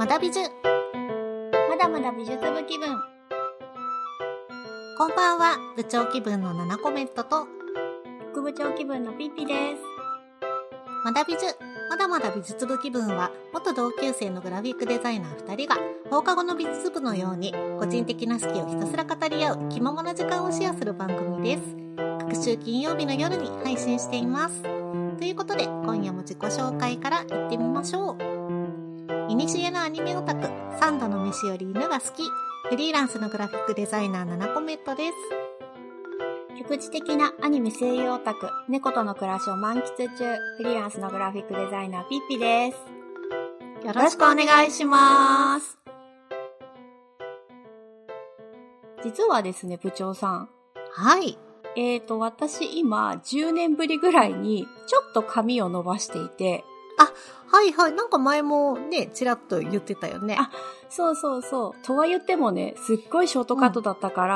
まだ美術。 まだまだ美術部気分。 こんばんは、部長気分のナナコメントと副部長気分のピッピです。 まだ美術。まだまだ美術部気分は、元同級生のグラフィックデザイナー2人が放課後の美術部のように個人的な好きをひたすら語り合う気ままな時間をシェアする番組です。各週金曜日の夜に配信しています。ということで、今夜も自己紹介から行ってみましょう。いにしえのアニメオタク、三度の飯より犬が好き、フリーランスのグラフィックデザイナーナナコメットです。 局地的なアニメ声優オタク、猫との暮らしを満喫中、フリーランスのグラフィックデザイナーピッピです。 よろしくお願いします。 実はですね、部長さん。 はい。 私今10年ぶりぐらいにちょっと髪を伸ばしていて、 はいはい。なんか前もね、ちらっと言ってたよね。 そう。とは言ってもね、すっごいショートカットだったから、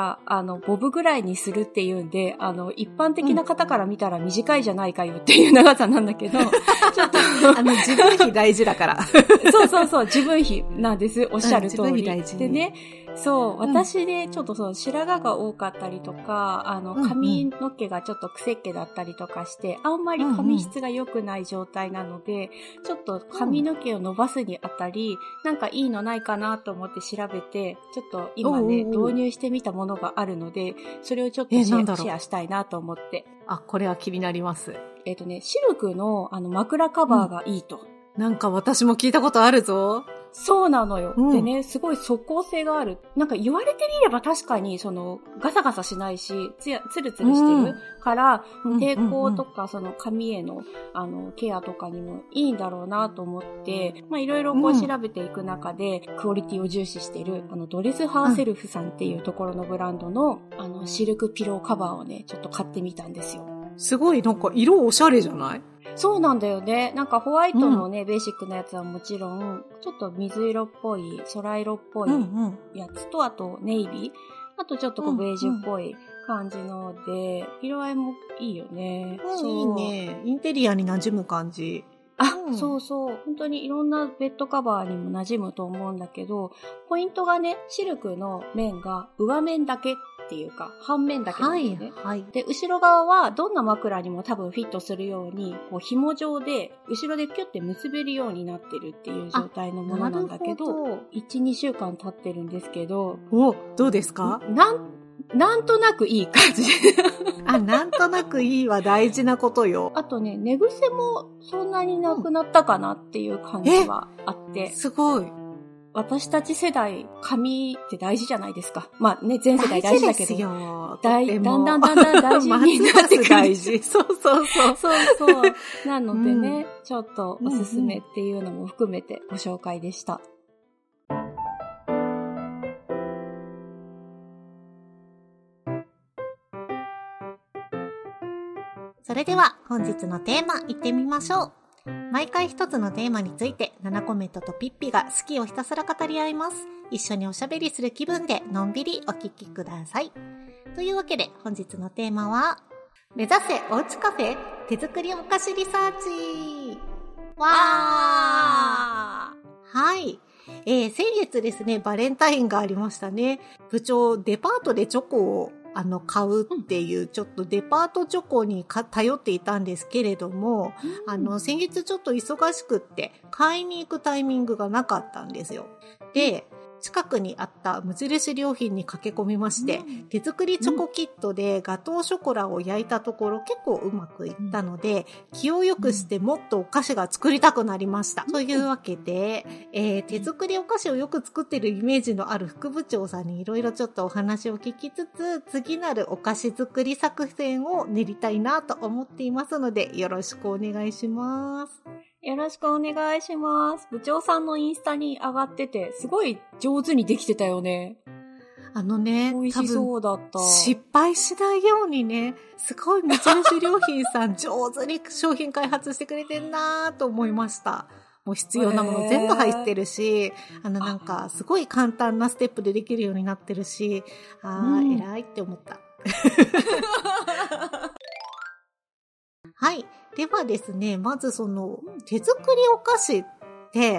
ボブぐらいにするっていうんで、一般的な方から見たら短いじゃないかよっていう長さなんだけど、ちょっと自分比大事だから。 そう、自分比なんです。おっしゃる通り。 自分比大事。 でね、私でちょっと白髪が多かったりとか、髪の毛がちょっと癖っ気だったりとかして、あんまり髪質が良くない状態なので、ちょっと髪の毛を伸ばすにあたり、なんかいいのないかなと思って調べて、ちょっと今ね、導入してみたものがあるので、それをちょっとシェアしたいなと思って。 これは気になります。 シルクの枕カバーがいいと。 なんか私も聞いたことあるぞ。 そうなのよ。でね、すごい即効性がある。なんか言われてみれば確かに、ガサガサしないし、ツルツルしてるから、抵抗とか、髪への、ケアとかにもいいんだろうなと思って、いろいろ調べていく中で、クオリティを重視している、ドレスハーセルフさんっていうところのブランドの、シルクピローカバーをね、ちょっと買ってみたんですよ。 すごい、なんか色おしゃれじゃない？ そうなんだよね。なんかホワイトのね、ベーシックなやつはもちろん、ちょっと水色っぽい、空色っぽいやつと、あとネイビー、あとちょっとベージュっぽい感じので、色合いもいいよね。 いいね。インテリアに馴染む感じ。 そう。本当にいろんなベッドカバーにも馴染むと思うんだけど、ポイントがね、シルクの面が上面だけっていうか、半面だけなんだよね。 はい。 で、後ろ側はどんな枕にも多分フィットするように、紐状で、後ろでピュッて結べるようになってるっていう状態のものなんだけど、1、2週間経ってるんですけど、 どうですか？ なんとなくいい感じ。 なんとなくいいは大事なことよ。 あとね、寝癖もそんなになくなったかなっていう感じはあって。 すごい。 私たち世代、髪って大事じゃないですか。全世代大事だけど。 大事ですよ。 だんだん大事になってくる。 大事。そう。 なのでね、ちょっとおすすめっていうのも含めてご紹介でした。 それでは本日のテーマいってみましょう。毎回一つのテーマについてナナコメントとピッピが好きをひたすら語り合います。一緒におしゃべりする気分でのんびりお聞きください。というわけで本日のテーマは、目指せおうちカフェ手作りお菓子リサーチ。わー。はい。先月ですね、バレンタインがありましたね。部長、デパートでチョコを買うっていう、ちょっとデパートチョコに頼っていたんですけれども、先月ちょっと忙しくって、買いに行くタイミングがなかったんですよ。で、近くにあった無印良品に駆け込みまして、手作りチョコキットでガトーショコラを焼いたところ結構うまくいったので、気を良くしてもっとお菓子が作りたくなりました。というわけで、手作りお菓子をよく作ってるイメージのある副部長さんにいろいろちょっとお話を聞きつつ、次なるお菓子作り作戦を練りたいなと思っていますので、よろしくお願いします。 よろしくお願いします。部長さんのインスタに上がってて、すごい上手にできてたよね。 美味しそうだった。 失敗しないようにね、すごい無印良品さん上手に商品開発してくれてんなーと思いました。もう必要なもの全部入ってるし、なんかすごい簡単なステップでできるようになってるし、偉いって思った。はい。ではですね、まず手作りお菓子って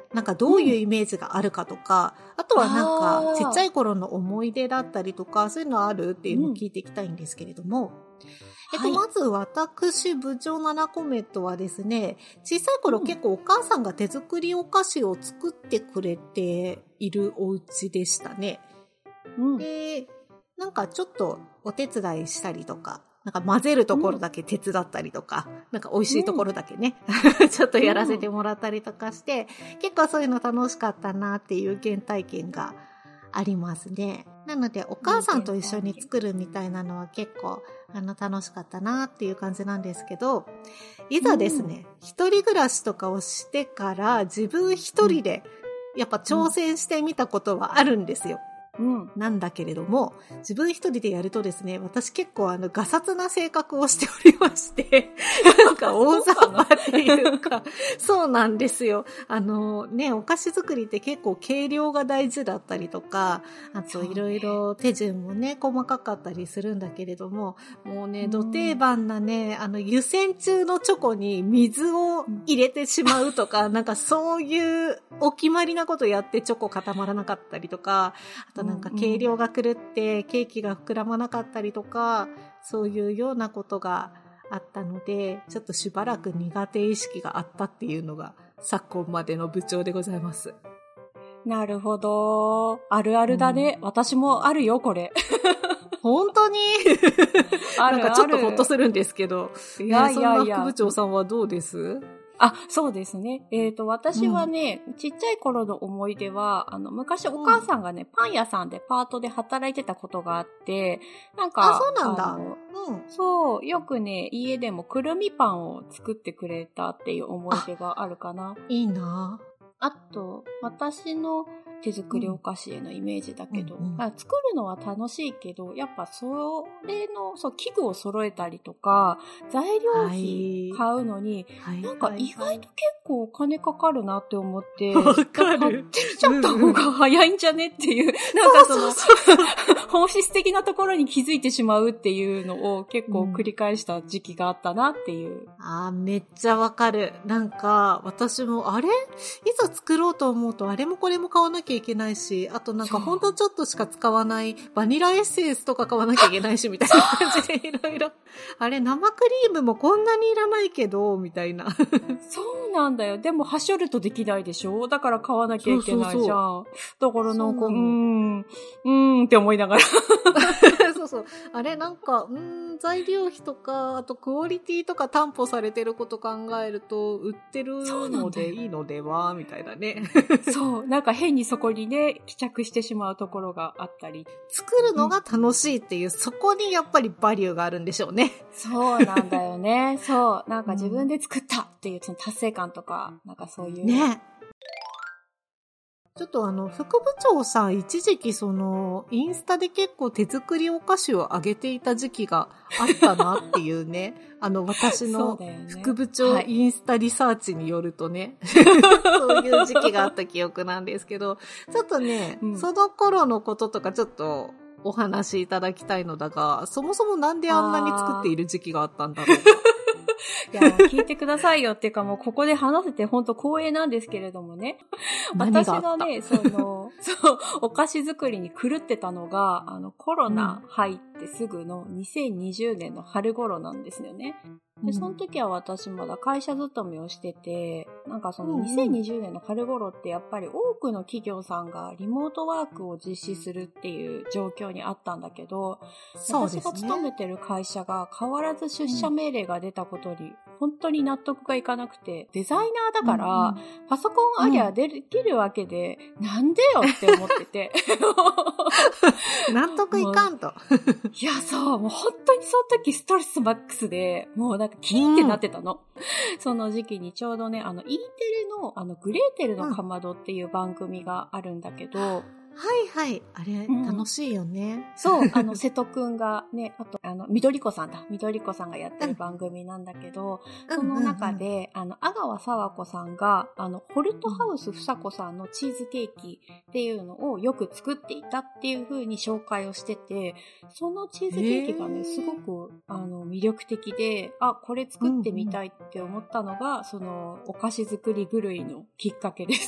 なんかどういうイメージがあるかとか、あとはなんかちっちゃい頃の思い出だったりとか、そういうのあるっていうのを聞いていきたいんですけれども、まず私、部長7個目とはですね、小さい頃結構お母さんが手作りお菓子を作ってくれているお家でしたね。で、なんかちょっとお手伝いしたりとか、なんか混ぜるところだけ手伝ったりとか、なんか美味しいところだけね、ちょっとやらせてもらったりとかして、結構そういうの楽しかったなっていう原体験がありますね。なのでお母さんと一緒に作るみたいなのは結構楽しかったなっていう感じなんですけど、いざですね、一人暮らしとかをしてから自分一人でやっぱ挑戦してみたことはあるんですよ。なんだけれども、自分一人でやるとですね、私結構ガサツな性格をしておりまして、なんか大雑把っていうか、そうなんですよ。お菓子作りって結構計量が大事だったりとか、あといろいろ手順もね、細かかったりするんだけれども、もうね、ど定番なね、湯煎中のチョコに水を入れてしまうとか、なんかそういうお決まりなことやってチョコ固まらなかったりとか、あとなんか計量が狂ってケーキが膨らまなかったりとか、そういうようなことがあったので、ちょっとしばらく苦手意識があったっていうのが昨今までの部長でございます。 なるほど。あるあるだね。私もあるよ、これ。 本当になんかちょっとほっとするんですけど。そんな副部長さんはどうです？ そうですね。私はね、ちっちゃい頃の思い出は、昔お母さんがね、パン屋さんでパートで働いてたことがあって、なんか、 そうなんだ。 そう、よくね、家でもくるみパンを作ってくれたっていう思い出があるかな。 いいな。 あと、私の手作りお菓子へのイメージだけど、作るのは楽しいけど、やっぱそれの、器具を揃えたりとか、材料費買うのに、なんか意外と結構お金かかるなって思って、 わかる。 買ってきちゃった方が早いんじゃねっていう、なんか本質的なところに気づいてしまうっていうのを結構繰り返した時期があったなっていう。 めっちゃわかる。なんか、私もいざ作ろうと思うとあれもこれも買わなきゃいけないし、あとなんかほんとちょっとしか使わないバニラエッセンスとか買わなきゃいけないしみたいな感じでいろいろ。生クリームもこんなにいらないけど、みたいな。 そうなんだよ。でも、はしょるとできないでしょ？だから買わなきゃいけないじゃん。だからなんか、って思いながら。 そう。なんか、材料費とか、あとクオリティとか担保されてること考えると、売ってるのでいいのではみたいなね。 そう。なんか変にそこにね、帰着してしまうところがあったり。 作るのが楽しいっていう、そこにやっぱりバリューがあるんでしょうね。 そうなんだよね。そう。なんか自分で作ったっていうその達成感とか、なんかそういう。 ね。ちょっと副部長さん一時期インスタで結構手作りお菓子をあげていた時期があったなっていうね、私の副部長インスタリサーチによるとね、そういう時期があった記憶なんですけど、ちょっとね、その頃のこととかちょっとお話しいただきたいのだが、そもそもなんであんなに作っている時期があったんだろうか。 いや、聞いてくださいよっていうかもうここで話せて本当光栄なんですけれどもね。私がね、お菓子作りに狂ってたのが、コロナ入ってすぐの2020年の春頃なんですよね。で、その時は私まだ会社勤めをしてて、なんか2020年の春頃ってやっぱり多くの企業さんがリモートワークを実施するっていう状況にあったんだけど、私が勤めてる会社が変わらず出社命令が出たことに本当に納得がいかなくて、デザイナーだから、パソコンありゃできるわけで、なんでよって思ってて。 納得いかんと。 いや、そう、もう本当にその時ストレスマックスで、もうなんかキーってなってたの。その時期にちょうどね、E テレのグレーテルのかまどっていう番組があるんだけど、 はい。あれ、楽しいよね。 そう、瀬戸くんがね、あと、緑子さんがやってる番組なんだけど、その中で、阿川佐和子さんが、ホルトハウス房子さんのチーズケーキっていうのをよく作っていたっていう風に紹介をしてて、そのチーズケーキがね、すごく、魅力的で、これ作ってみたいって思ったのが、お菓子作り狂いのきっかけです。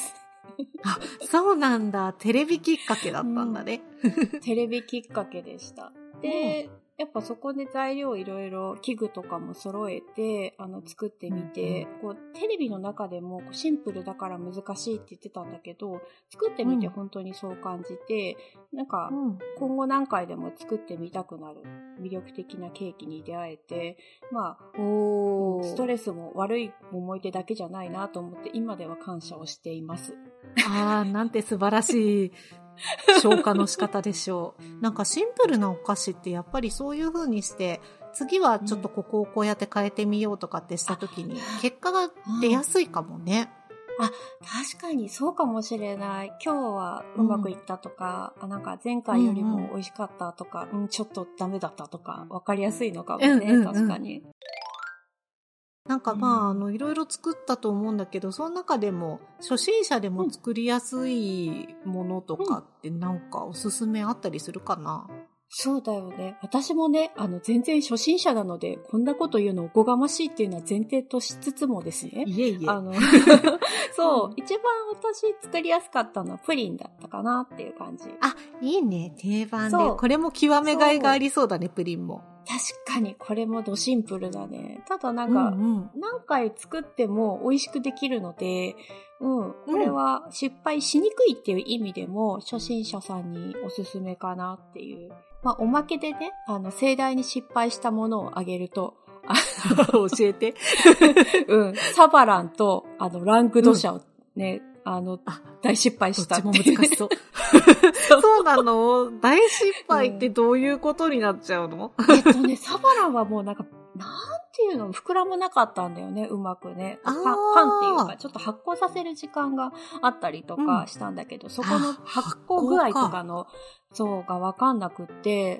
あ、そうなんだ。テレビきっかけだったんだね。 テレビきっかけでした。で、やっぱそこで材料いろいろ器具とかも揃えて作ってみて、こうテレビの中でもシンプルだから難しいって言ってたんだけど、作ってみて本当にそう感じて、なんか今後何回でも作ってみたくなる魅力的なケーキに出会えて、まあストレスも悪い思い出だけじゃないなと思って今では感謝をしています。 あー、なんて素晴らしい消化の仕方でしょう。なんかシンプルなお菓子ってやっぱりそういう風にして次はちょっとここをこうやって変えてみようとかってした時に結果が出やすいかもね。 あ、確かにそうかもしれない。今日はうまくいったとか、なんか前回よりも美味しかったとか、ちょっとダメだったとか分かりやすいのかもね、確かに。 なんかいろいろ作ったと思うんだけど、その中でも初心者でも作りやすいものとかってなんかおすすめあったりするかな？ そうだよね。私もね、全然初心者なので、こんなこと言うのおこがましいっていうのは前提としつつもですね。 いえいえ。 そう、一番私作りやすかったのはプリンだったかなっていう感じ。 あ、いいね。定番で。これも極めがいがありそうだね、プリンも。 確かに、これもドシンプルだね。ただなんか、何回作っても美味しくできるので、これは失敗しにくいっていう意味でも、初心者さんにおすすめかなっていう。まあ、おまけでね、盛大に失敗したものをあげると、 教えて。 サバランと、ラングドシャをね、大失敗したって。 どっちも難しそう。そうなの？大失敗ってどういうことになっちゃうの？ サバランはもうなんか、なんていうの、膨らまなかったんだよね、うまくね。パンっていうか、ちょっと発酵させる時間があったりとかしたんだけど、そこの発酵具合とかの、そうがわかんなくって、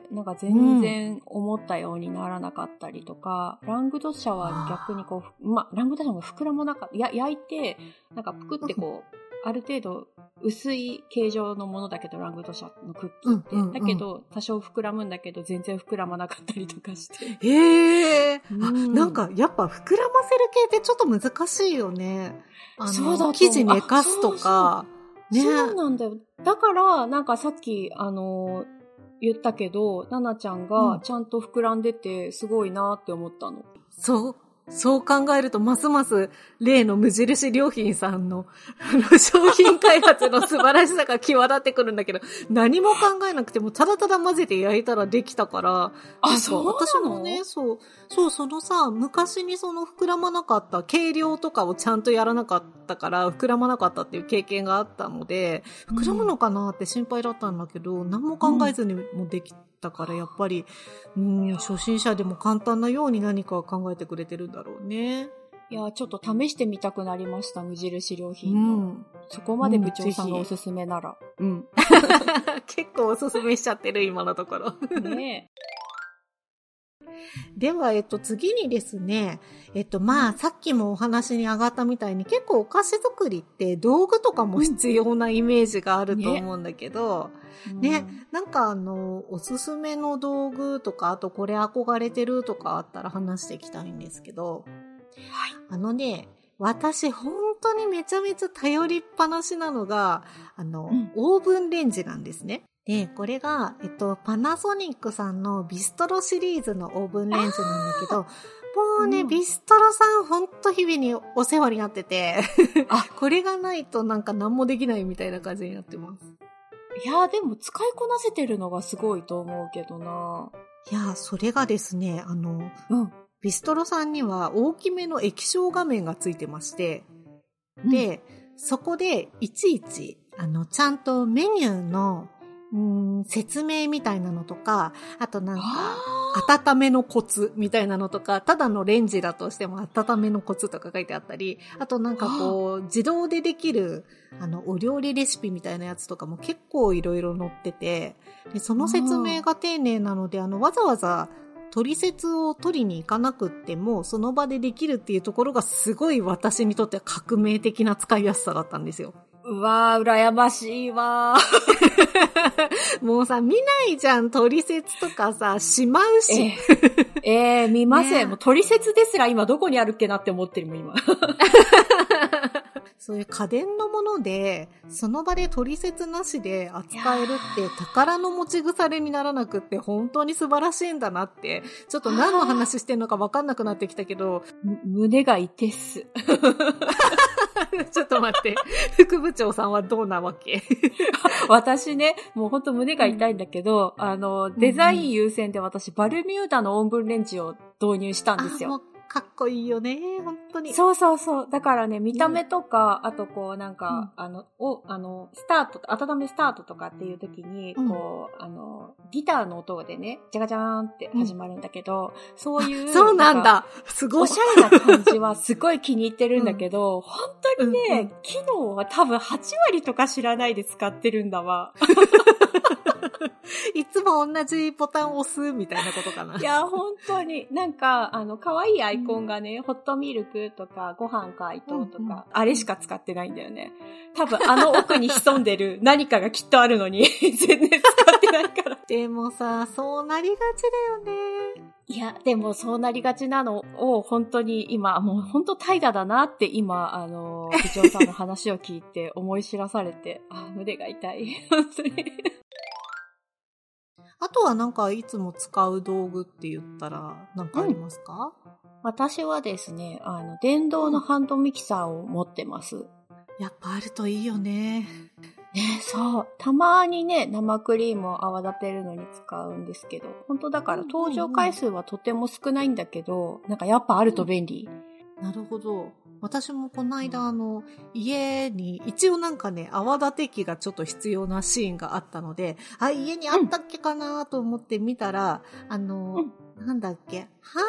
なんか全然思ったようにならなかったりとか、ラングドシャは逆にこう、ラングドシャも膨らまなかった。焼いて、なんかぷくってこう、ある程度薄い形状のものだけど、ラングドシャのクッキーって。だけど、多少膨らむんだけど、全然膨らまなかったりとかして。 へー。なんか、やっぱ膨らませる系ってちょっと難しいよね。 そうだと生地寝かすとか。 ね、そうなんだよ。だから、なんかさっき、言ったけど、ナナちゃんがちゃんと膨らんでて、すごいなって思ったの。 そう考えると、ますます例の無印良品さんの商品開発の素晴らしさが際立ってくるんだけど、何も考えなくてもただただ混ぜて焼いたらできたから。 そうなの？ 私もね、そのさ、昔にその膨らまなかった、計量とかをちゃんとやらなかったから、膨らまなかったっていう経験があったので、膨らむのかなって心配だったんだけど、何も考えずにもできたから、やっぱり、初心者でも簡単なように何か考えてくれてるんだろうね。 いや、ちょっと試してみたくなりました、無印良品の。そこまで部長さんがおすすめなら。 結構おすすめしちゃってる、今のところ。 ねえ。 では、次にですね、さっきもお話に上がったみたいに結構お菓子作りって道具とかも必要なイメージがあると思うんだけど、なんかおすすめの道具とか、あとこれ憧れてるとかあったら話していきたいんですけど、私本当にめちゃめちゃ頼りっぱなしなのが、オーブンレンジなんですね。で、これが、パナソニックさんのビストロシリーズのオーブンレンジなんだけど、もうね、ビストロさんほんと日々にお世話になってて、これがないとなんか何もできないみたいな感じになってます。 いやーでも使いこなせてるのがすごいと思うけどな。 いやー、それがですね、ビストロさんには大きめの液晶画面がついてまして、で、そこでいちいち、ちゃんとメニューの説明みたいなのとか、あとなんか、温めのコツみたいなのとか、ただのレンジだとしても温めのコツとか書いてあったり、あとなんかこう、自動でできる、お料理レシピみたいなやつとかも結構いろいろ載ってて、で、その説明が丁寧なので、わざわざ取説を取りに行かなくっても、その場でできるっていうところがすごい私にとっては革命的な使いやすさだったんですよ。 うわー、羨ましいわー。もうさ、見ないじゃん、取説とかさ、しまうし。 見ません。もう取説ですら今どこにあるっけなって思ってるもん、今。 そういう家電のもので、その場で取説なしで扱えるって宝の持ち腐れにならなくって本当に素晴らしいんだなって、ちょっと何の話してんのか分かんなくなってきたけど、 胸が痛っす。 ちょっと待って。副部長さんはどうなわけ？ 私ね、もうほんと胸が痛いんだけど、デザイン優先で私、バルミューダのオーブンレンジを導入したんですよ。 かっこいいよね、本当に。 そうそうそう。だからね、見た目とか、あとこうなんか、スタート、温めスタートとかっていう時に、こう、ギターの音でね、ジャガジャーンって始まるんだけど、そういう。 そうなんだ。すごい。 おしゃれな感じはすごい気に入ってるんだけど、本当にね、機能は多分8割とか知らないで使ってるんだわ。 いつも同じボタンを押すみたいなことかな。 いや、本当に。なんか、可愛いアイコンがね、ホットミルクとか、ご飯解凍とか、あれしか使ってないんだよね。多分、奥に潜んでる何かがきっとあるのに、全然使ってないから。 でもさ、そうなりがちだよね。 いや、でもそうなりがちなのを本当に今、もう本当怠惰だなって今、部長さんの話を聞いて思い知らされて、胸が痛い。本当に。 あとはなんかいつも使う道具って言ったらなんかありますか？ 私はですね、電動のハンドミキサーを持ってます。 やっぱあるといいよね。 ね、そう。たまにね、生クリームを泡立てるのに使うんですけど、本当だから登場回数はとても少ないんだけど、なんかやっぱあると便利。 なるほど。私もこの間家に一応なんかね、泡立て器がちょっと必要なシーンがあったので、家にあったっけかなと思って見たら、なんだっけ、ハ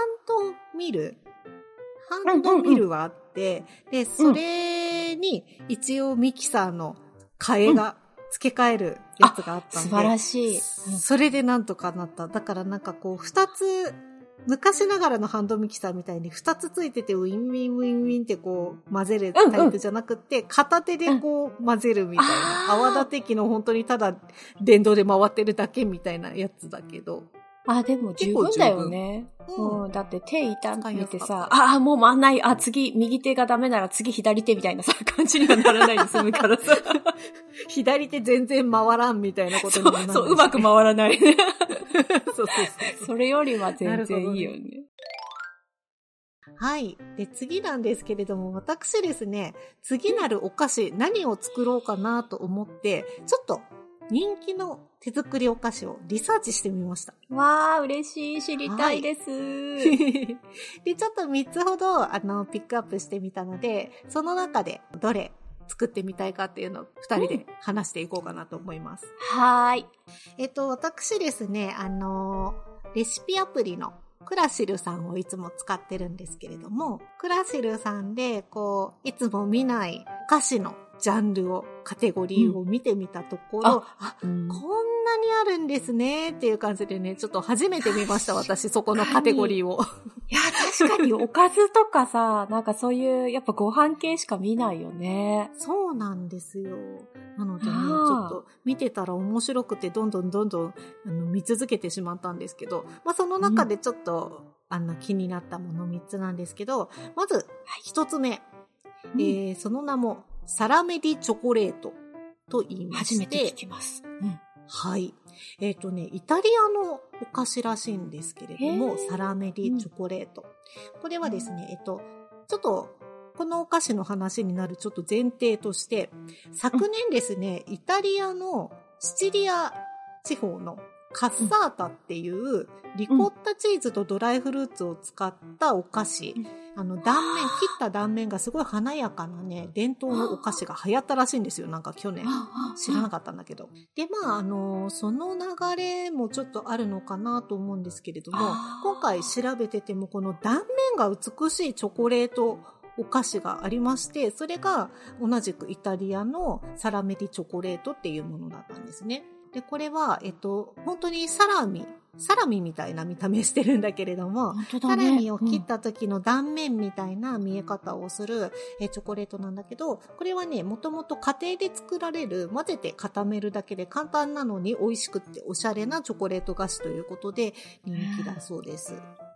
ンドミルはあって、で、それに一応ミキサーの替えが付け替えるやつがあったんで、 素晴らしい。 それでなんとかなった。だからなんかこう、二つ、昔ながらのハンドミキサーみたいに2つついててウィンウィンウィンウィンってこう混ぜるタイプじゃなくて、片手でこう混ぜるみたいな、泡立て器の本当にただ電動で回ってるだけみたいなやつだけど。 でも十分だよね。だって手痛めてさ、もう回んない。次、右手がダメなら次左手みたいなさ、感じにはならないで済むからさ。 左手全然回らんみたいなことになる。 そう、うまく回らない。 そう。 それよりは全然いいよね。 はい。で、次なんですけれども、私ですね、次なるお菓子、何を作ろうかなと思って、ちょっと人気の手作りお菓子をリサーチしてみました。 わー、嬉しい。知りたいです。 で、ちょっと3つほど、ピックアップしてみたので、その中でどれ作ってみたいかっていうのを2人で話していこうかなと思います。 はーい。 私ですね、レシピアプリのクラシルさんをいつも使ってるんですけれども、クラシルさんで、こう、いつも見ないお菓子のジャンルを、カテゴリーを見てみたところ、こんなにあるんですねっていう感じでね、ちょっと初めて見ました、私、そこのカテゴリーを。 いや、確かにおかずとかさ、なんかそういう、やっぱご飯系しか見ないよね。 そうなんですよ。なのでね、ちょっと見てたら面白くて、どんどん見続けてしまったんですけど、その中でちょっと、気になったもの3つなんですけど、まず、1つ目。その名も、サラメディチョコレートと言いまして。 初めて聞きます。 はい。イタリアのお菓子らしいんですけれども、サラメディチョコレート。これはですね、ちょっと、このお菓子の話になるちょっと前提として、昨年ですね、イタリアのシチリア地方のカッサータっていうリコッタチーズとドライフルーツを使ったお菓子。切った断面がすごい華やかなね、伝統のお菓子が流行ったらしいんですよ。なんか去年。知らなかったんだけど。で、その流れもちょっとあるのかなと思うんですけれども、今回調べててもこの断面が美しいチョコレートお菓子がありまして、それが同じくイタリアのサラメディチョコレートっていうものだったんですね。で、これは、本当にサラミみたいな見た目してるんだけれども、サラミを切った時の断面みたいな見え方をする、チョコレートなんだけど、これはね、もともと家庭で作られる、混ぜて固めるだけで簡単なのに美味しくっておしゃれなチョコレート菓子ということで人気だそうです。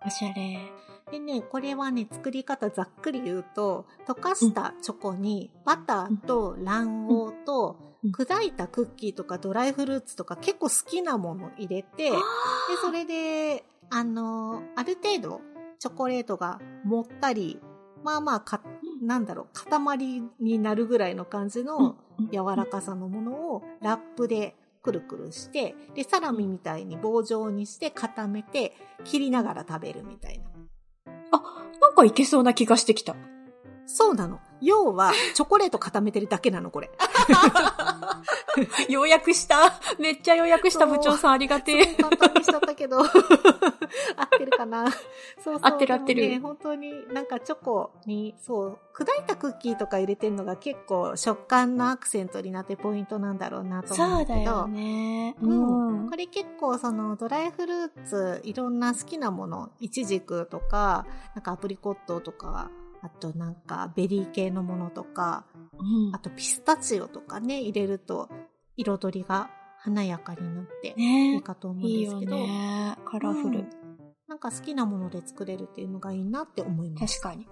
おしゃれ。 でね、これはね、作り方ざっくり言うと、溶かしたチョコにバターと卵黄と砕いたクッキーとかドライフルーツとか結構好きなもの入れて、で、それで、ある程度チョコレートがもったり、まあまあ塊になるぐらいの感じの柔らかさのものをラップでくるくるして、で、サラミみたいに棒状にして固めて切りながら食べるみたいな。 あ、なんかいけそうな気がしてきた。 そうなの。要は、チョコレート固めてるだけなの、これ。 要約した。めっちゃ要約した部長さんありがてえ。 簡単にしちゃったけど。合ってるかな。そう。 合ってる合ってる。 ね、本当になんかチョコに、砕いたクッキーとか入れてるのが結構食感のアクセントになってポイントなんだろうなと思うんだけど。 そうだよね。 これ結構ドライフルーツ、いろんな好きなもの、イチジクとか、なんかアプリコットとか、あとなんかベリー系のものとか、あとピスタチオとかね、入れると彩りが華やかになっていいかと思うんですけど。 いいよね。カラフル。 なんか好きなもので作れるっていうのがいいなって思います。 確かに。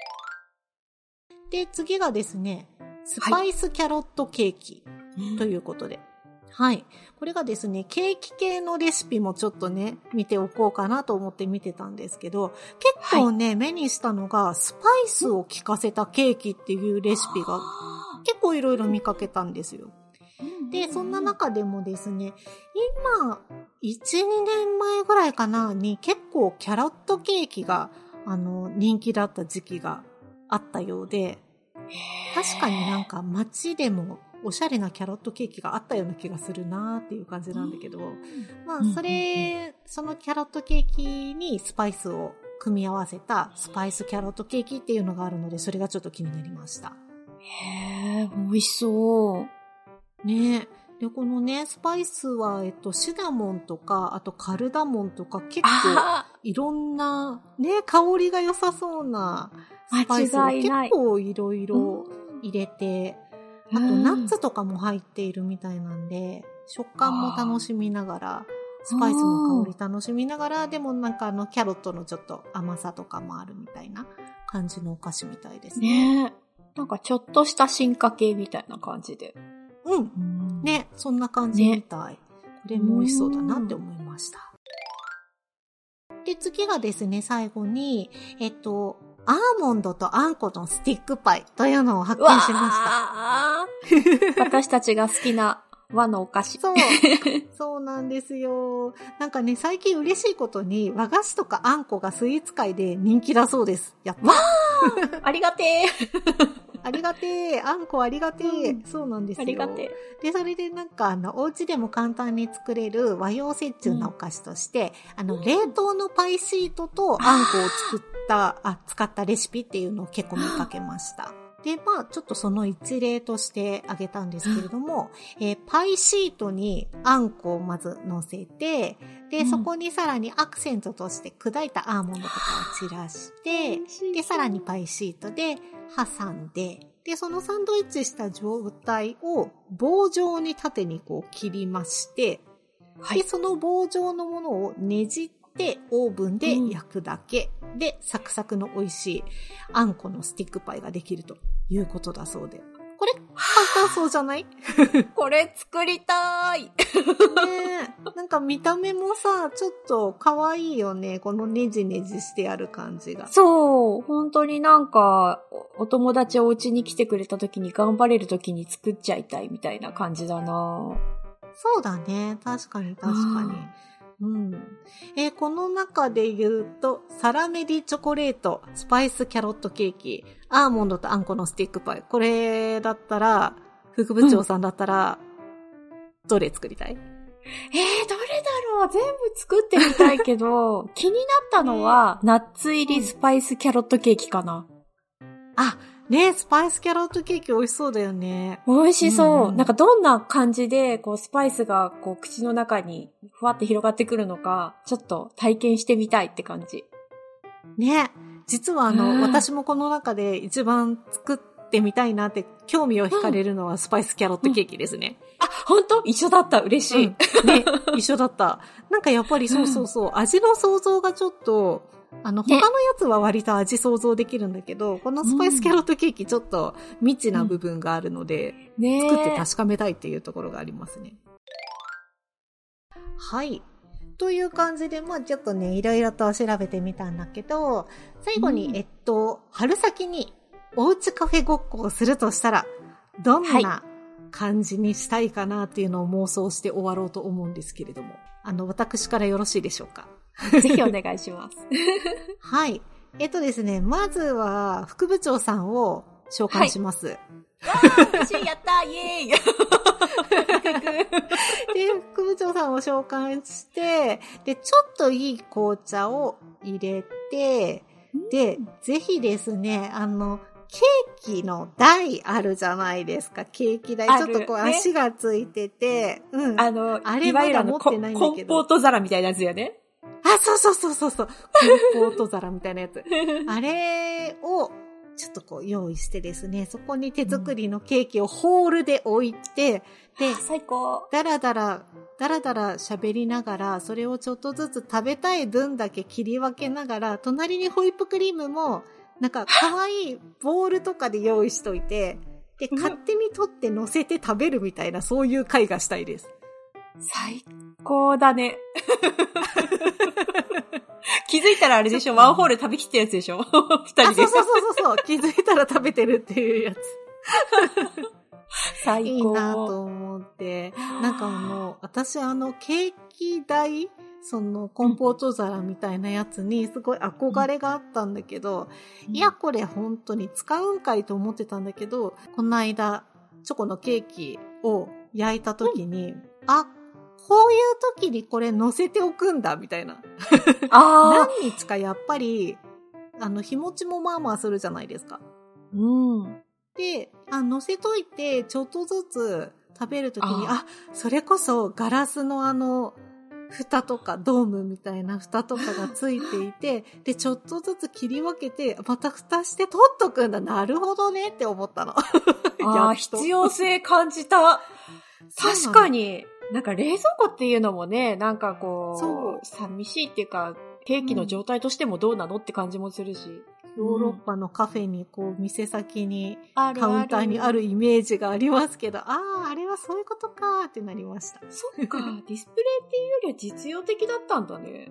で、次がですね、スパイスキャロットケーキということで。はい。これがですね、ケーキ系のレシピもちょっとね、見ておこうかなと思って見てたんですけど、結構ね、目にしたのが、スパイスを効かせたケーキっていうレシピが結構いろいろ見かけたんですよ。で、そんな中でもですね、今、1、2年前ぐらいかなに結構キャロットケーキが、人気だった時期があったようで、確かになんか街でもおしゃれなキャロットケーキがあったような気がするなーっていう感じなんだけど、まあそのキャロットケーキにスパイスを組み合わせたスパイスキャロットケーキっていうのがあるので、それがちょっと気になりました。 へー、美味しそう。 ねえ。で、このね、スパイスは、シナモンとか、あとカルダモンとか、結構、いろんな、ね、香りが良さそうなスパイスを結構いろいろ入れて、あとナッツとかも入っているみたいなんで、食感も楽しみながら、スパイスの香り楽しみながら、でもなんかキャロットのちょっと甘さとかもあるみたいな感じのお菓子みたいですね。 ねえ。なんかちょっとした進化系みたいな感じで。 ね、そんな感じみたい。これも美味しそうだなって思いました。で、次がですね、最後に、アーモンドとあんこのスティックパイというのを発見しました。私たちが好きな和のお菓子。 そうなんですよ。なんかね、最近嬉しいことに和菓子とかあんこがスイーツ界で人気だそうです。やった。 ありがてえ。 ありがてえ。あんこありがてえ。そうなんですよ。 ありがてえ。 で、それでなんかお家でも簡単に作れる和洋折衷なお菓子として、冷凍のパイシートとあんこを使ったレシピっていうのを結構見かけました。で、まあ、ちょっとその一例としてあげたんですけれども、パイシートにあんこをまず乗せて、で、そこにさらにアクセントとして砕いたアーモンドとかを散らして、で、さらにパイシートで挟んで、で、そのサンドイッチした状態を棒状に縦にこう切りまして、で、その棒状のものをねじってオーブンで焼くだけで、サクサクの美味しいあんこのスティックパイができるということだそうで。これ簡単そうじゃない？ これ作りたい。 ねえ。なんか見た目もさ、ちょっと可愛いよね。このネジネジしてある感じが。 そう。本当になんか、お友達お家に来てくれた時に頑張れる時に作っちゃいたいみたいな感じだな。 そうだね。確かに確かに。この中で言うと、サラメリチョコレート、スパイスキャロットケーキ、アーモンドとあんこのスティックパイ。これだったら、副部長さんだったら、どれ作りたい？ どれだろう？全部作ってみたいけど、気になったのは、ナッツ入りスパイスキャロットケーキかな。 あ、ね、スパイスキャロットケーキ美味しそうだよね。 美味しそう。なんかどんな感じで、こう、スパイスが、こう、口の中にふわって広がってくるのか、ちょっと体験してみたいって感じ。 ね。実は私もこの中で一番作ってみたいなって興味を惹かれるのはスパイスキャロットケーキですね。 あ、本当？一緒だった。嬉しい。 ね、一緒だった。なんかやっぱりそう、味の想像がちょっと、 他のやつは割と味想像できるんだけど、このスパイスキャロットケーキちょっと未知な部分があるので、作って確かめたいっていうところがありますね。はい。という感じで、ちょっとね、いろいろと調べてみたんだけど、最後に、春先におうちカフェごっこをするとしたら、どんな感じにしたいかなっていうのを妄想して終わろうと思うんですけれども、私からよろしいでしょうか。 ぜひお願いします。 はい。ですね、まずは、副部長さんを召喚します。 わー、嬉しい、やったイエーイで、副部長さんを召喚して、で、ちょっといい紅茶を入れて、で、ぜひですね、ケーキの台あるじゃないですか、ケーキ台。ちょっとこう足がついてて、 あれまだ持ってないんだけど。コンポート皿みたいなやつよね。 そう。コンポート皿みたいなやつ。あれを、ちょっとこう用意してですね、そこに手作りのケーキをホールで置いて、で、 最高。 だらだら喋りながら、それをちょっとずつ食べたい分だけ切り分けながら、隣にホイップクリームも、なんか可愛いボールとかで用意しといて、で、勝手に取って乗せて食べるみたいな、そういう会がしたいです。 最高だね。気づいたらあれでしょ、ワンホール食べきったやつでしょ二人で。 そう。気づいたら食べてるっていうやつ。 最高。 いいなと思って。なんか私ケーキ台、そのコンポート皿みたいなやつにすごい憧れがあったんだけど、いやこれ本当に使うんかいと思ってたんだけど、この間チョコのケーキを焼いた時に、こういう時にこれ乗せておくんだみたいな。何日かやっぱり日持ちもまあまあするじゃないですか。で、乗せといてちょっとずつ食べる時に、それこそガラスの蓋とかドームみたいな蓋とかがついていて、で、ちょっとずつ切り分けて、また蓋して取っとくんだ。なるほどねって思ったの。 必要性感じた。確かに、なんか冷蔵庫っていうのもね、なんかこう、寂しいっていうか、ケーキの状態としてもどうなのって感じもするし。 ヨーロッパのカフェに店先にカウンターにあるイメージがありますけど、あれはそういうことかってなりました。 そっか、ディスプレイっていうよりは実用的だったんだね。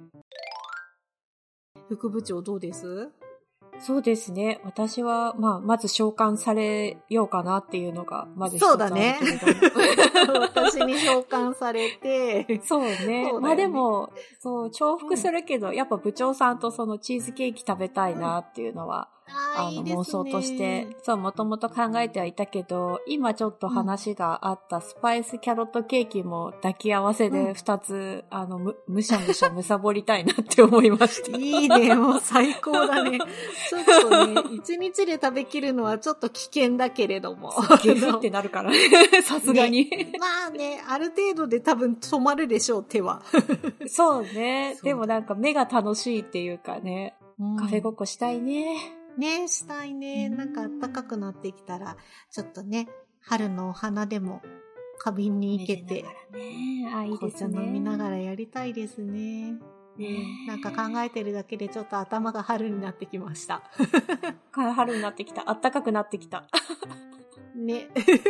副部長どうです？ そうですね。私は、まず召喚されようかなっていうのが、まず一つあるけれども。 そうだね。私に召喚されて。 そうね。でも、重複するけど、やっぱ部長さんとそのチーズケーキ食べたいなっていうのは、妄想として、もともと考えてはいたけど、今ちょっと話があったスパイスキャロットケーキも抱き合わせで2つ、むしゃむしゃむさぼりたいなって思いました。 いいね、もう最高だね。ちょっとね、1日で食べきるのはちょっと危険だけれども。 ゲフってなるからね。さすがに。 ある程度で多分止まるでしょう、手は。 そうね。でもなんか目が楽しいっていうかね、カフェごっこしたいね。 ね、したいね。なんか暖かくなってきたら、ちょっとね、春のお花でも花瓶に行けて、 いいですね。 紅茶飲みながらやりたいですね。なんか考えてるだけでちょっと頭が春になってきました。 春になってきた。暖かくなってきた。 ね。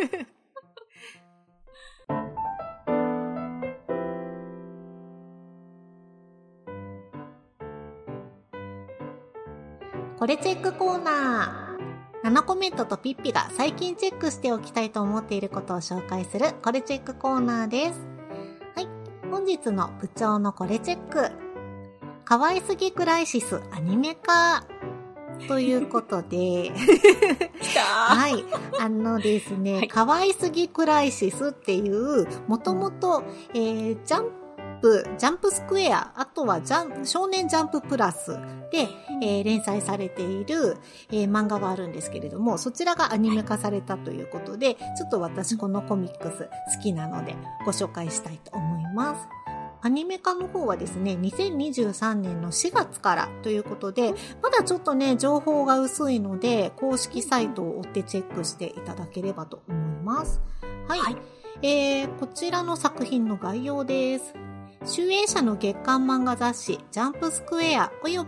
これチェックコーナー。ナナコメントとピッピが最近チェックしておきたいと思っていることを紹介するこれチェックコーナーです。はい。本日の部長のこれチェック。可愛すぎクライシスアニメ化。ということで。はい。ですね、はい、可愛すぎクライシスっていう、もともと、ジャンプスクエア、あとは少年ジャンププラスで、連載されている、漫画があるんですけれども、そちらがアニメ化されたということで、ちょっと私このコミックス好きなのでご紹介したいと思います。アニメ化の方はですね、2023年の4月からということで、まだちょっとね、情報が薄いので、公式サイトを追ってチェックしていただければと思います。はい。はい、こちらの作品の概要です。集英社の月刊漫画雑誌ジャンプスクエアおよび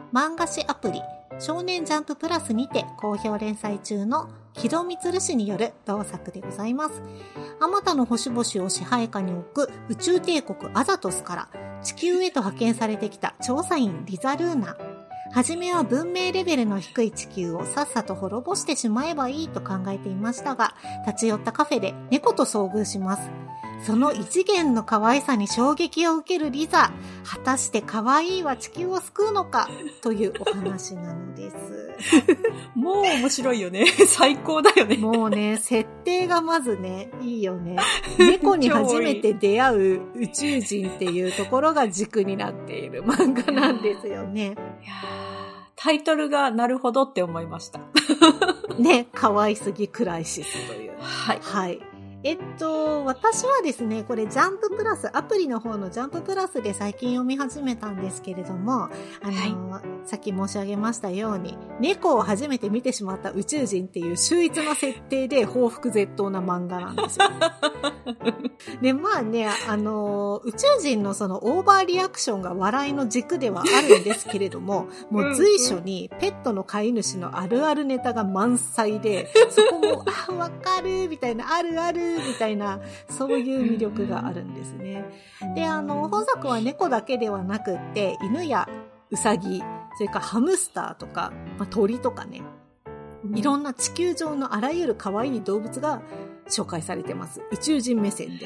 漫画誌アプリ少年ジャンププラスにて好評連載中の木戸光氏による同作でございます。あまたの星々を支配下に置く宇宙帝国アザトスから地球へと派遣されてきた調査員リザルーナ。はじめは文明レベルの低い地球をさっさと滅ぼしてしまえばいいと考えていましたが、立ち寄ったカフェで猫と遭遇します。その異次元の可愛さに衝撃を受けるリザ。果たして可愛いは地球を救うのかというお話なのです。 もう面白いよね。最高だよね。 もうね、設定がまずね、いいよね。猫に初めて出会う宇宙人っていうところが軸になっている漫画なんですよね。 いやタイトルがなるほどって思いました。 ね、可愛すぎクライシスという。 はい。 はい。私はですね、これジャンププラス、アプリの方のジャンププラスで最近読み始めたんですけれども、さっき申し上げましたように、猫を初めて見てしまった宇宙人っていう秀逸な設定で報復絶倒な漫画なんですよ。で、まあね、宇宙人のそのオーバーリアクションが笑いの軸ではあるんですけれども、もう随所にペットの飼い主のあるあるネタが満載で、そこも、あ、わかるみたいな、あるあるみたいな、そういう魅力があるんですね。で、本作は猫だけではなくって、犬やウサギ、それからハムスターとか、鳥とかね、いろんな地球上のあらゆる可愛い動物が紹介されてます。宇宙人目線で。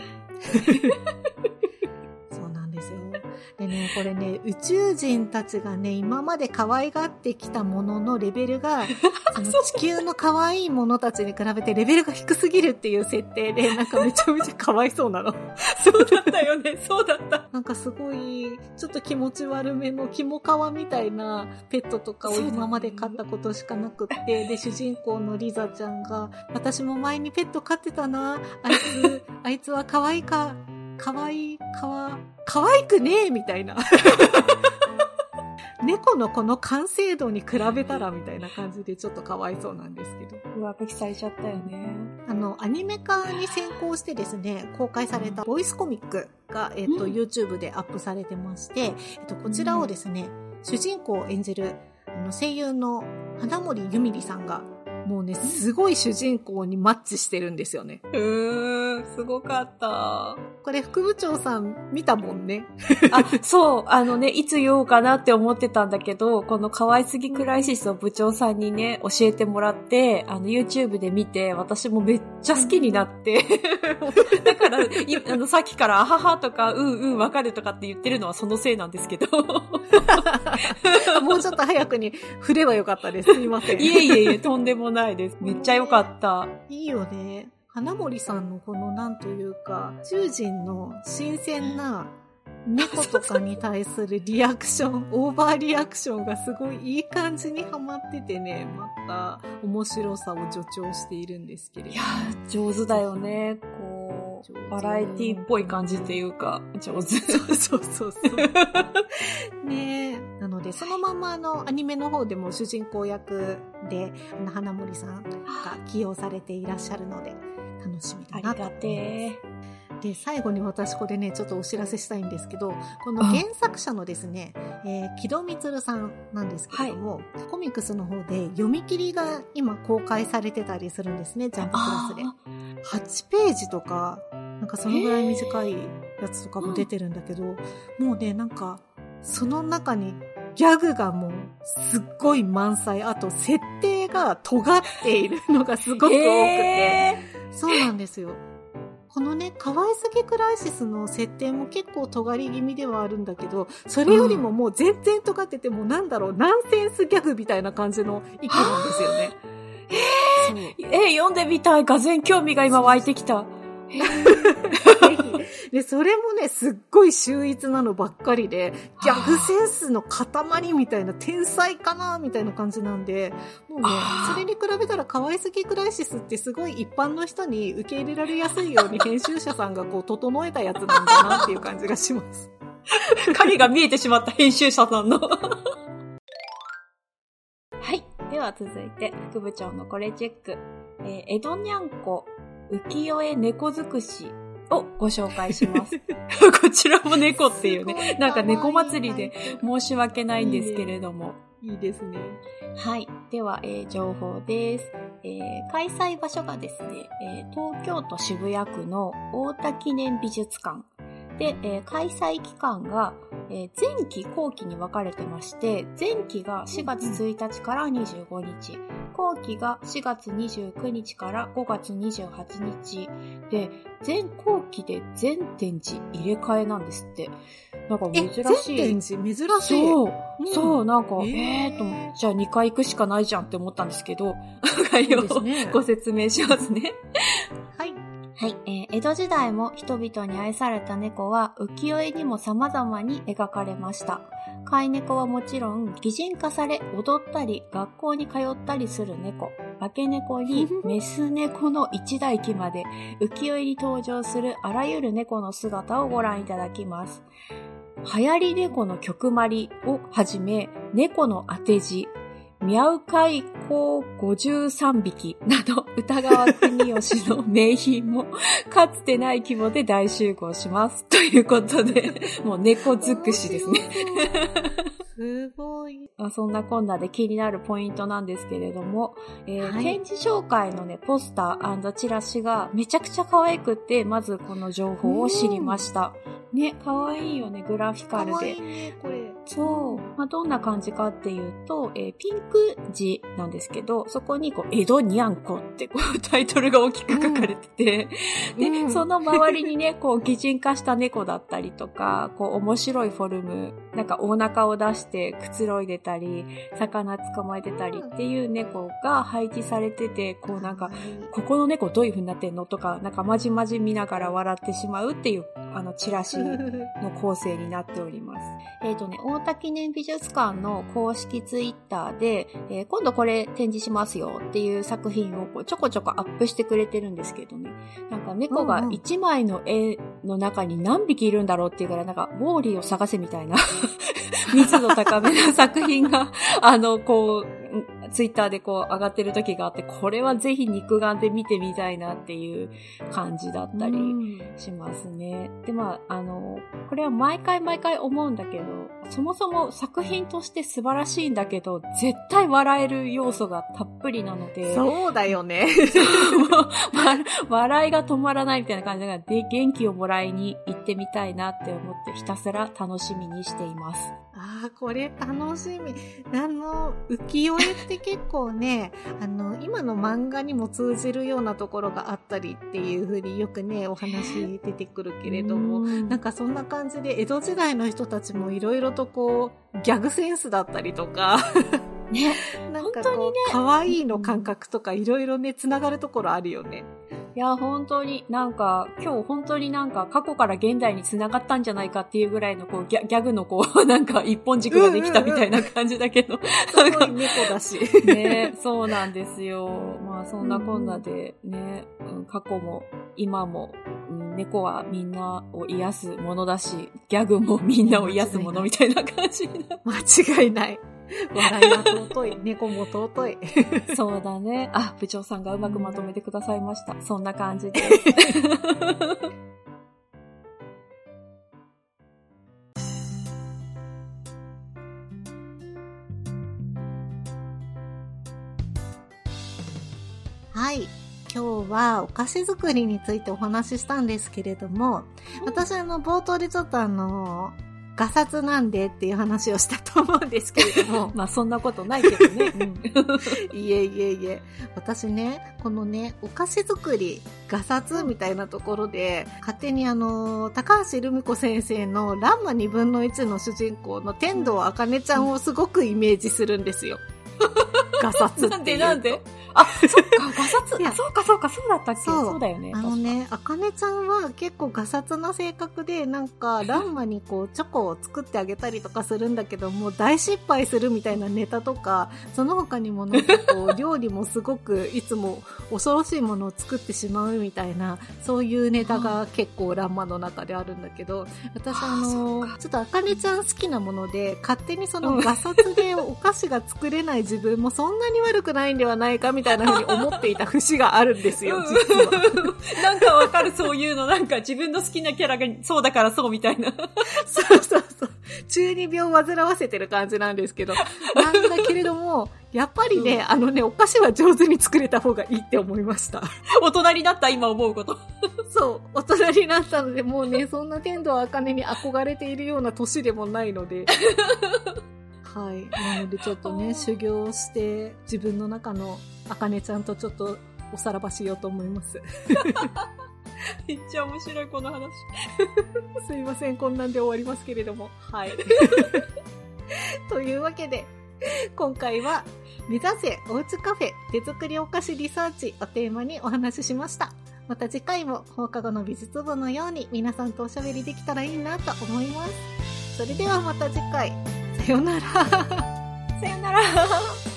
そうなんですよ。でね、これね、宇宙人たちがね、今まで可愛がってきたもののレベルが、その地球の可愛いものたちに比べてレベルが低すぎるっていう設定で、なんかめちゃめちゃ可哀想なの。 そうだったよね、そうだった。 なんかすごい、ちょっと気持ち悪めのキモカワみたいなペットとかを今まで飼ったことしかなくって、で、主人公のリザちゃんが、私も前にペット飼ってたな、あいつは可愛くねえみたいな。猫のこの完成度に比べたらみたいな感じでちょっとかわいそうなんですけど。 上書きされちゃったよね。 アニメ化に先行してですね、公開されたボイスコミックが、YouTube でアップされてまして、こちらをですね、主人公を演じる声優の花森ゆみりさんが、もうね、すごい主人公にマッチしてるんですよね。 すごかった。 これ副部長さん見たもんね。 あ、そう、いつ言おうかなって思ってたんだけど、この可愛すぎクライシスを部長さんにね、教えてもらって、YouTube で見て、私もめっちゃ好きになって、だから、さっきから、あははとか、わかるとかって言ってるのはそのせいなんですけど。 もうちょっと早くに振ればよかったです。すいません。 いえ、とんでもないです。めっちゃよかった。 いいよね。花森さんのこのなんというか、宇宙人の新鮮な猫とかに対するリアクション、オーバーリアクションがすごいいい感じにハマっててね、また面白さを助長しているんですけれど。 いやー、上手だよね。バラエティっぽい感じっていうか、上手。 そう。ねえ。なので、そのままアニメの方でも主人公役で、花森さんが起用されていらっしゃるので、楽しみだなと。 ありがてー。で、最後に私これね、ちょっとお知らせしたいんですけど、この原作者のですね、木戸光さんなんですけれども、コミックスの方で読み切りが今公開されてたりするんですね、ジャンププラスで。8ページとか、なんかそのぐらい短いやつとかも出てるんだけど、もうね、なんか、その中にギャグがもうすっごい満載、あと設定が尖っているのがすごく多くて、そうなんですよ。このね、可愛すぎクライシスの設定も結構尖り気味ではあるんだけど、それよりももう全然尖っててもなんだろう、ナンセンスギャグみたいな感じの意見なんですよね。 読んでみたい。がぜん興味が今湧いてきた。 で、それもね、すっごい秀逸なのばっかりで、ギャグセンスの塊みたいな、天才かなみたいな感じなんで、もうね、それに比べたら可愛すぎクライシスってすごい一般の人に受け入れられやすいように編集者さんが整えたやつなんだなっていう感じがします。 影が見えてしまった編集者さんの。はい。では続いて、副部長のこれチェック。江戸にゃんこ、浮世絵猫尽くしをご紹介します。こちらも猫っていうね、なんか猫祭りで申し訳ないんですけれども。 いいですね。 はい。では、情報です。開催場所がですね、東京都渋谷区の太田記念美術館。で、開催期間が、前期後期に分かれてまして、前期が4月1日から25日、後期が4月29日から5月28日で、前後期で全展示入れ替えなんですって。なんか珍しい。 全展示珍しい。 そう、そう、なんか、じゃあ2回行くしかないじゃんって思ったんですけど、概要をご説明しますね。 はい。 はい、江戸時代も人々に愛された猫は浮世絵にも様々に描かれました。飼い猫はもちろん擬人化され踊ったり学校に通ったりする猫、化け猫にメス猫の一代記まで浮世絵に登場するあらゆる猫の姿をご覧いただきます。流行り猫の曲まりをはじめ猫の当て字、ミャウカイコウ53匹など歌川国吉の名品もかつてない規模で大集合します。ということで、もう猫尽くしですね。 すごい。 そんなこんなで気になるポイントなんですけれども、展示紹介のね、ポスター&チラシがめちゃくちゃ可愛くって、まずこの情報を知りました。ね、可愛いよね、グラフィカルで。 可愛いね、これ。 そう。まあ、どんな感じかっていうと、ピンク字なんですけど、そこに江戸にゃんこってタイトルが大きく書かれてて、で、その周りにね、擬人化した猫だったりとか、面白いフォルム、なんかお腹を出してくつろいでたり、魚捕まえてたりっていう猫が配置されてて、なんか、ここの猫どういう風になってんのとか、なんかまじまじ見ながら笑ってしまうっていう、チラシの構成になっております。太田記念美術館の公式ツイッターで、今度これ展示しますよっていう作品をちょこちょこアップしてくれてるんですけどね。なんか猫が1枚の絵の中に何匹いるんだろうっていうから、なんかウォーリーを探せみたいな密度高めな作品が、ツイッターで上がってる時があって、これはぜひ肉眼で見てみたいなっていう感じだったりしますね。で、これは毎回思うんだけど、そもそも作品として素晴らしいんだけど、絶対笑える要素がたっぷりなので。 そうだよね。 笑いが止まらないみたいな感じで、元気をもらいに行ってみたいなって思ってひたすら楽しみにしています。 ああ、これ楽しみ。浮世絵って結構ね、今の漫画にも通じるようなところがあったりっていう風によくね、お話出てくるけれども、なんかそんな感じで江戸時代の人たちもいろいろとギャグセンスだったりとか、 ね、 なんか可愛いの感覚とかいろいろね、つながるところあるよね。 いや、本当に今日本当に過去から現代に繋がったんじゃないかっていうぐらいのギャグのなんか一本軸ができたみたいな感じだけど。 すごい猫だし。 ね、そうなんですよ。まあそんなこんなでね、過去も今も、猫はみんなを癒すものだし、ギャグもみんなを癒すものみたいな感じにな。 間違いない。笑いは尊い。猫も尊い。 そうだね。あ、部長さんがうまくまとめてくださいました。そんな感じです。 はい。今日はお菓子作りについてお話ししたんですけれども、私冒頭でちょっとガサツなんでっていう話をしたと思うんですけれども。 まあそんなことないけどね。 いえ。私ね、このね、お菓子作り、ガサツみたいなところで、勝手に高橋留美子先生のランマ2分の1の主人公の天童茜ちゃんをすごくイメージするんですよ。ガサツっていうと。 なんであ、そっか、ガサツ。そうか、そうだったっけ。そうだよね。 あかねちゃんは結構ガサツな性格で、なんか、ランマにチョコを作ってあげたりとかするんだけども、大失敗するみたいなネタとか、その他にもなんか料理もすごくいつも恐ろしいものを作ってしまうみたいな、そういうネタが結構ランマの中であるんだけど、私ちょっとあかねちゃん好きなもので、勝手にそのガサツでお菓子が作れない自分もそんんなに悪くないんではないかみたいな風に思っていた節があるんですよ、実は。 なんかわかる、そういうの。なんか自分の好きなキャラがそうだからそうみたいな。 そうそうそう。中二病を煩わせてる感じなんですけど。なんだけれども、やっぱりね、お菓子は上手に作れた方がいいって思いました。 大人になった今思うこと。 そう、大人になったので、もうね、そんな天童茜に憧れているような年でもないので。はい。なのでちょっとね、修行して、自分の中の茜ちゃんとちょっとおさらばしようと思います。 めっちゃ面白い、この話。 すいません、こんなんで終わりますけれども。はい。というわけで、今回は、目指せおうちカフェ手作りお菓子リサーチをテーマにお話ししました。また次回も放課後の美術部のように皆さんとおしゃべりできたらいいなと思います。それではまた次回。さよなら。 さよなら。